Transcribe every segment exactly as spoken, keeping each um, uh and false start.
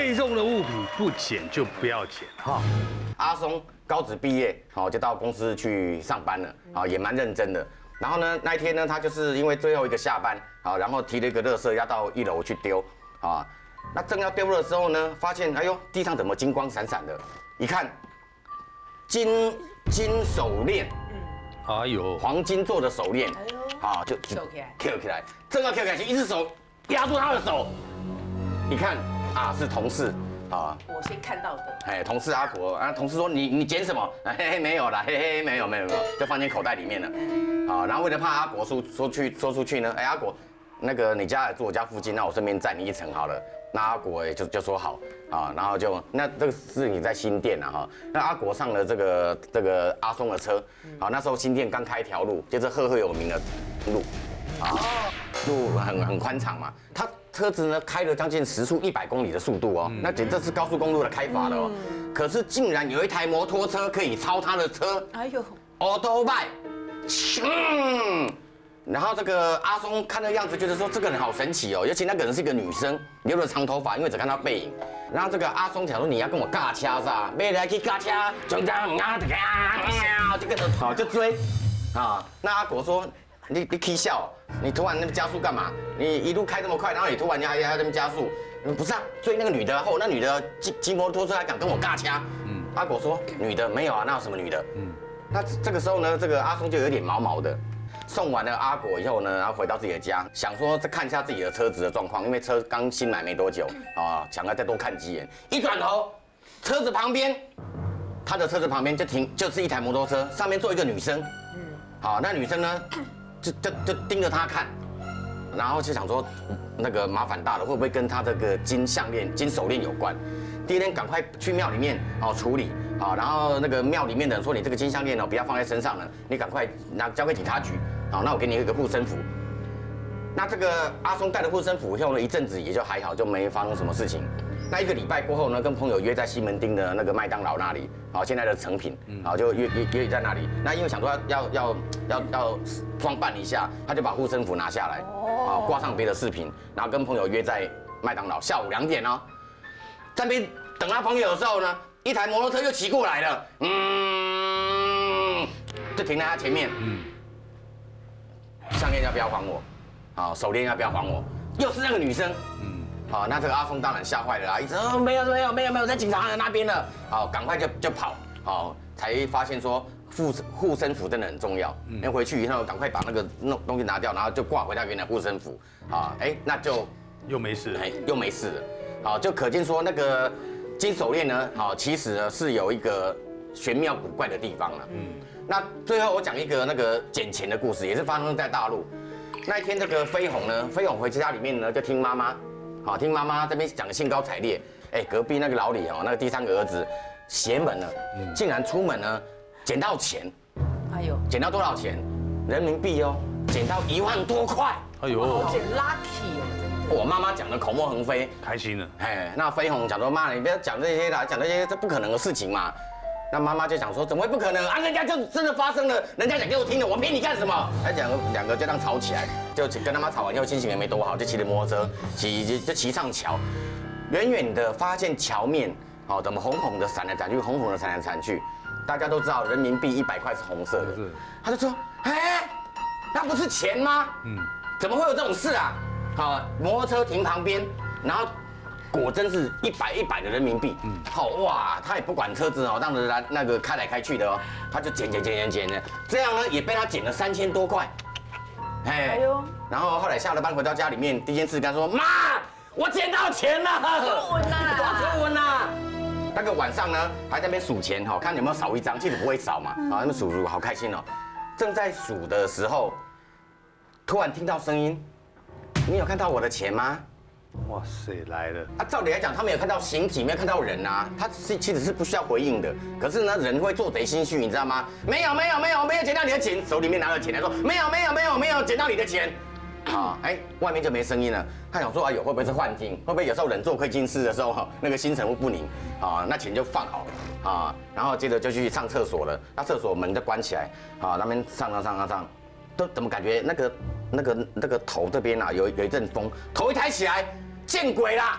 贵重的物品不捡就不要捡哈。 阿松高职毕业，好就到公司去上班了，啊也蛮认真的。然后呢，那一天呢，他就是因为最后一个下班，好，然后提了一个垃圾要到一楼去丢，啊，那正要丢的时候呢，发现哎呦地上怎么金光闪闪的，一看金金手链， 哎呦， 黄金做的手链， 哎呦， 好就就收起来 ，Q 起来，正要 Q 起来，一只手压住他的手，一看啊是同事。啊， 我先看到的。 哎，同事阿国啊，同事说你你捡什么？嘿嘿没有啦，嘿嘿没有没有没有，就放进口袋里面了。啊，然后为了怕阿国说说去说出去呢，哎阿国，那个你家也住我家附近，那我顺便载你一程好了。那阿国也就就说好啊，然后就那这个是你在新店啊哈，那阿国上了这个这个阿松的车，好那时候新店刚开一条路，就是赫赫有名的路，啊，路很很宽敞嘛，他。车子呢开了将近时速一百公里的速度哦，那简直是高速公路的开法了哦。可是竟然有一台摩托车可以超他的车， 哎呦 ，Auto Bike， 嗯，然后这个阿松看那样子，觉得说这个人好神奇哦，尤其那个人是一个女生，留着长头发，因为只看到背影。然后这个阿松想说你要跟我尬掐是吧？没来去尬掐，就这样啊，就跟着好就追，啊，那阿国说。你你起笑，你突然那么加速干嘛？你一路开这么快，然后你突然还还这么加速，不是啊？追那个女的，后那女的骑骑摩托车还敢跟我尬掐？嗯，阿果说女的没有啊，那有什么女的？嗯，那这个时候呢，这个阿松就有点毛毛的。送完了阿果以后呢，然后回到自己的家，想说再看一下自己的车子的状况，因为车刚新买没多久啊，想要再多看几眼。一转头，车子旁边，他的车子旁边就停就是一台摩托车，上面坐一个女生。嗯，好，那女生呢？就就就盯着他看，然后就想说，那个麻烦大了，会不会跟他这个金项链、金手链有关？第二天赶快去庙里面哦处理啊，然后那个庙里面的人说，你这个金项链哦不要放在身上了，你赶快拿交给警察局，好，那我给你一个护身符。那这个阿松带了护身符以后呢，一阵子也就还好，就没发生什么事情。那一个礼拜过后呢，跟朋友约在西门町的那个麦当劳那里，好，现在的成品，好，就约约约在那里。那因为想说要要要要装扮一下，他就把护身符拿下来，啊，挂上别的饰品，然后跟朋友约在麦当劳，下午两点哦，在那边等他朋友的时候呢，一台摩托车又骑过来了，嗯，就停在他前面，嗯，项链要不要还我？啊，手链要不要还我？又是那个女生，嗯。好，那这个阿松当然吓坏了啦，一直哦没有没有没有没有在警察的那边了，好，赶快就就跑，好，才发现说护护身符真的很重要，因为回去以后赶快把那个弄东西拿掉，然后就挂回到原来护身符，啊，哎，那就又没事， 哎，又没事了，好，就可见说那个金手链呢，好，其实呢是有一个玄妙古怪的地方了，嗯，那最后我讲一个那个捡钱的故事，也是发生在大陆，那一天这个飞鸿呢，飞鸿回家里面呢就听妈妈。好，听妈妈这边讲的兴高采烈，哎，隔壁那个老李哦，那个第三个儿子邪门了，竟然出门呢捡到钱，哎呦，捡到多少钱？人民币哦，捡到一万多块， 哎呦， 好捡 lucky 哦，真的。 我妈妈讲的口沫横飞， 开心了。 哎，那飞鸿讲说妈，你不要讲这些啦，讲这些这不可能的事情嘛。那妈妈就想说，怎么会不可能啊？人家就真的发生了，人家讲给我听的，我骗你干什么？还讲两个就这样吵起来，就跟他妈吵完以后，心情也没多好，就骑着摩托车骑就骑上桥，远远的发现桥面，哦，怎么红红的闪来闪去，红红的闪来闪去。大家都知道人民币一百块是红色的，他就说，哎，那不是钱吗？嗯，怎么会有这种事啊？好，摩托车停旁边，然后。果真是一百一百的人民币，嗯，好哇，他也不管车子哦，让人来那个开来开去的哦，他就捡捡捡捡捡的，这样呢也被他捡了三千多块，哎呦，然后后来下了班回到家里面，第一件事跟他说，妈，我捡到钱了， 出文啦， 我出文啦。那个晚上呢还在那边数钱哈，看有没有少一张，其实不会少嘛，啊，那边数数好开心哦。正在数的时候，突然听到声音，你有看到我的钱吗？ 哇塞，来了！ 啊，照理来讲，他没有看到形体，没有看到人啊，他是其实是不需要回应的。可是呢，人会做贼心虚，你知道吗？没有，没有，没有，没有捡到你的钱，手里面拿着钱，他说没有，没有，没有，没有捡到你的钱。啊，哎，外面就没声音了。他想说，哎呦，会不会是幻听？会不会有时候人做亏心事的时候，哈，那个心神会不宁啊？那钱就放好了啊，然后接着就去上厕所了。那厕所门就关起来啊，那边上上上上上，都怎么感觉那个那个那个头这边啊，有有一阵风，头一抬起来。见鬼啦！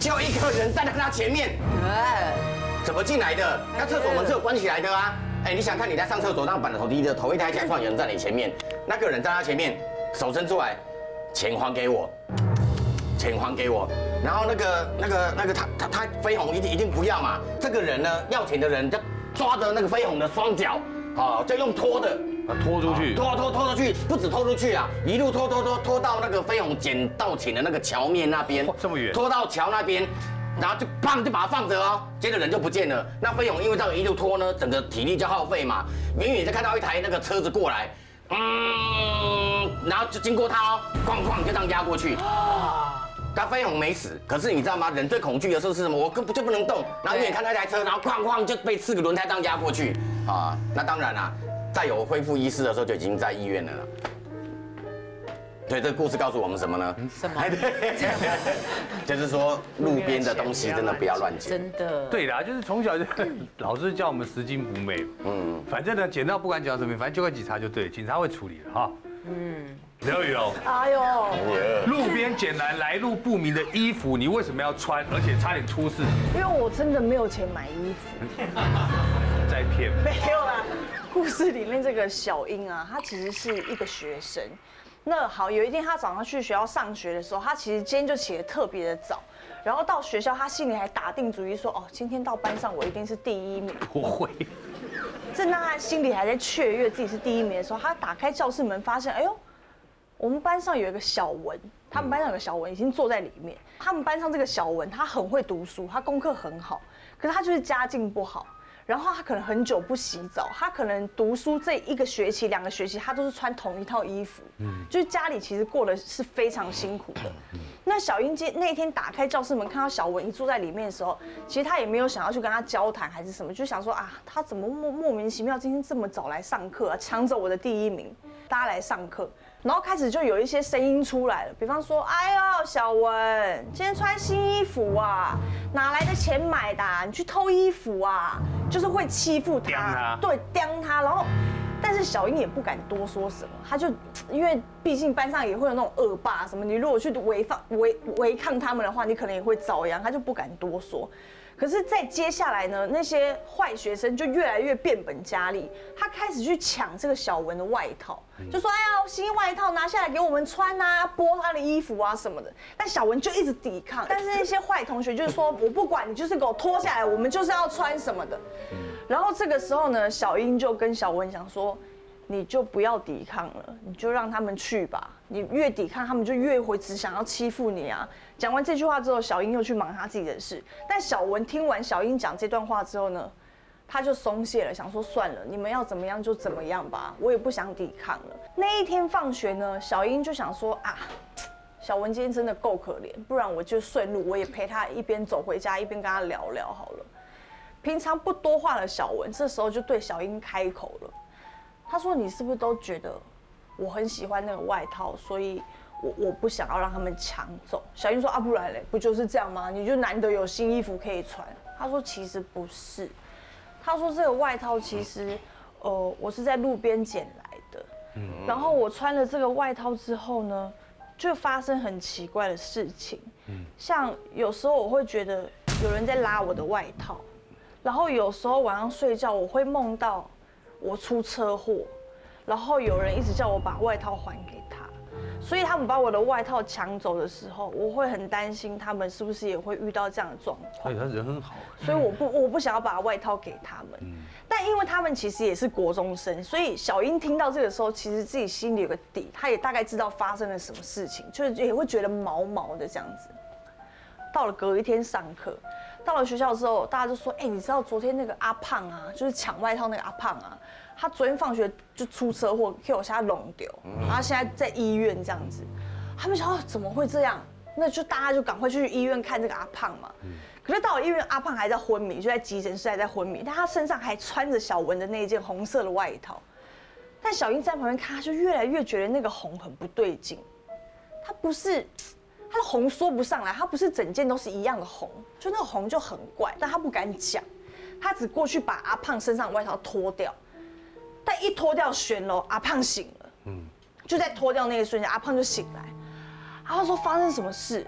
就一个人站在他前面， 哎， 怎么进来的？那厕所门是有关起来的啊。哎，你想看你在上厕所，让板头低的头一抬起来，突然有人在你前面，那个人在他前面，手伸出来，钱还给我，钱还给我。然后那个那个那个他他他飞鸿一定一定不要嘛。这个人呢，要钱的人就抓着那个飞鸿的双脚，啊，就用拖的。 啊，拖出去， 拖拖拖出去，不止拖出去啊，一路拖拖拖拖到那个飞鸿捡到钱的那个桥面那边， 这么远， 拖到桥那边，然后就砰就把它放着哦，接着人就不见了。那飞鸿因为这样一路拖呢，整个体力就耗费嘛，远远就看到一台那个车子过来，嗯，然后就经过他哦，哐哐就这样压过去。他飞鸿没死，可是你知道吗？人最恐惧的时候是什么？我根本就不能动，然后远远看那台车，然后哐哐就被四个轮胎这样压过去啊。那当然啦，在有恢复意识的时候就已经在医院了啦。所以这个故事告诉我们什么呢？ 什么？ 就是说路边的东西真的不要乱捡。 真的。 对啦，就是从小就老师教我们拾金不昧。嗯，反正呢，捡到不管捡到什么，反正就跟警察就对，警察会处理了哈。嗯。刘宇龙， 哎呦， 路边捡来来路不明的衣服，你为什么要穿？而且差点出事。 因为我真的没有钱买衣服。 在骗。 没有啦。故事里面这个小英啊，她其实是一个学生。那好，有一天她早上去学校上学的时候，她其实今天就起得特别的早，然后到学校，她心里还打定主意说，哦，今天到班上我一定是第一名。 不会。 正当她心里还在雀跃自己是第一名的时候，她打开教室门，发现，哎呦。我们班上有一个小文，他们班上有个小文已经坐在里面。他们班上这个小文，他很会读书，他功课很好，可是他就是家境不好。然后他可能很久不洗澡，他可能读书这一个学期、两个学期，他都是穿同一套衣服，嗯，就是家里其实过得是非常辛苦的。那小英今那天打开教室门，看到小文一坐在里面的时候，其实他也没有想要去跟他交谈还是什么，就想说啊，他怎么莫莫名其妙今天这么早来上课啊，抢走我的第一名，大家来上课。然后开始就有一些声音出来了，比方说，哎呦，小文，今天穿新衣服啊，哪来的钱买的啊？你去偷衣服啊？就是会欺负他， 他对，刁他。然后，但是小英也不敢多说什么，他就因为毕竟班上也会有那种恶霸什么，你如果去违反违违抗他们的话，你可能也会遭殃，他就不敢多说。可是，在接下来呢，那些坏学生就越来越变本加厉，他开始去抢这个小文的外套，就说：“哎呀，新外套拿下来给我们穿啊，剥他的衣服啊什么的。”但小文就一直抵抗，但是那些坏同学就是说：“我不管，你就是给我脱下来，我们就是要穿什么的。”然后这个时候呢，小英就跟小文讲说：“你就不要抵抗了，你就让他们去吧。你越抵抗，他们就越会只想要欺负你啊。”讲完这句话之后，小英又去忙他自己的事。但小文听完小英讲这段话之后呢，他就松懈了，想说算了，你们要怎么样就怎么样吧，我也不想抵抗了。那一天放学呢，小英就想说啊，小文今天真的够可怜，不然我就顺路，我也陪他一边走回家，一边跟他聊聊好了。平常不多话的小文，这时候就对小英开口了。他说：“你是不是都觉得我很喜欢那个外套，所以我我不想要让他们抢走？”小英说：“啊，不然嘞，不就是这样吗？你就难得有新衣服可以穿。”他说：“其实不是。”他说：“这个外套其实，呃，我是在路边捡来的。然后我穿了这个外套之后呢，就发生很奇怪的事情。像有时候我会觉得有人在拉我的外套，然后有时候晚上睡觉我会梦到我出车祸，然后有人一直叫我把外套还给他，所以他们把我的外套抢走的时候，我会很担心他们是不是也会遇到这样的状况。 哎，他人很好， 所以我不我不想要把外套给他们。但因为他们其实也是国中生，所以小英听到这个时候，其实自己心里有个底，她也大概知道发生了什么事情，就是也会觉得毛毛的这样子。到了隔一天上课，到了学校之后，大家就说：“哎，你知道昨天那个阿胖啊，就是抢外套那个阿胖啊，他昨天放学就出车祸，给我下弄丢，然后现在在医院这样子。”他们想说怎么会这样？那就大家就赶快去医院看这个阿胖嘛。可是到了医院，阿胖还在昏迷，就在急诊室还在昏迷，但他身上还穿着小文的那一件红色的外套。但小英在旁边看，他就越来越觉得那个红很不对劲，他不是。他的红说不上来，他不是整件都是一样的红，就那个红就很怪，但他不敢讲，他只过去把阿胖身上的外套脱掉，但一脱掉旋楼，阿胖醒了，嗯，就在脱掉那一瞬间，阿胖就醒来，然后说发生什么事，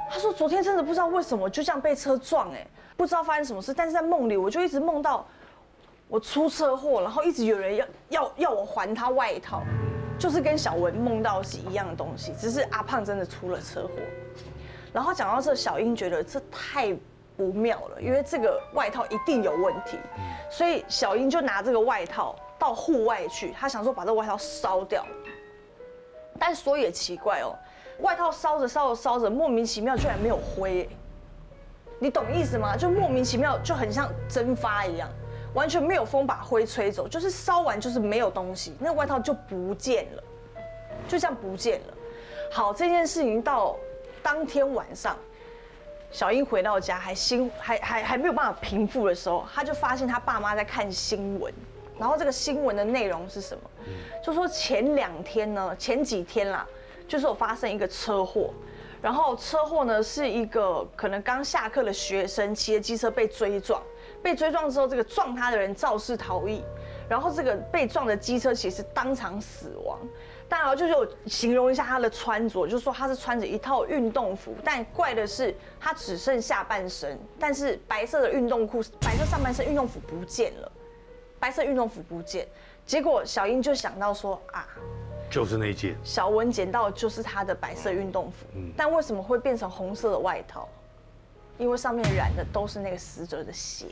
他说昨天真的不知道为什么就这样被车撞，哎，不知道发生什么事，但是在梦里我就一直梦到我出车祸，然后一直有人要要要我还他外套，就是跟小文梦到是一样的东西，只是阿胖真的出了车祸。然后讲到这，小英觉得这太不妙了，因为这个外套一定有问题，所以小英就拿这个外套到户外去，她想说把这个外套烧掉。但说也奇怪哦，外套烧着烧着烧着，莫名其妙居然没有灰，你懂意思吗？就莫名其妙就很像蒸发一样，完全没有风把灰吹走，就是烧完就是没有东西，那个外套就不见了，就这样不见了。好，这件事情到当天晚上。小英回到家还心还还还没有办法平复的时候，她就发现她爸妈在看新闻，然后这个新闻的内容是什么？就说前两天呢，前几天啦，就是有发生一个车祸，然后车祸呢是一个可能刚下课的学生骑着机车被追撞，被追撞之后，这个撞他的人肇事逃逸，然后这个被撞的机车其实当场死亡。当然，就是有形容一下他的穿着，就是说他是穿着一套运动服，但怪的是他只剩下半身，但是白色的运动裤、白色上半身运动服不见了，白色运动服不见。结果小英就想到说啊， 就是那件小文捡到的就是他的白色运动服，但为什么会变成红色的外套？因为上面染的都是那个死者的血。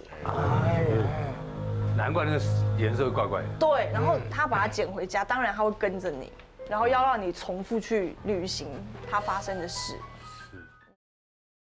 难怪那个颜色怪怪的。 对，然后他把它捡回家，当然他会跟着你，然后要让你重复去履行他发生的事。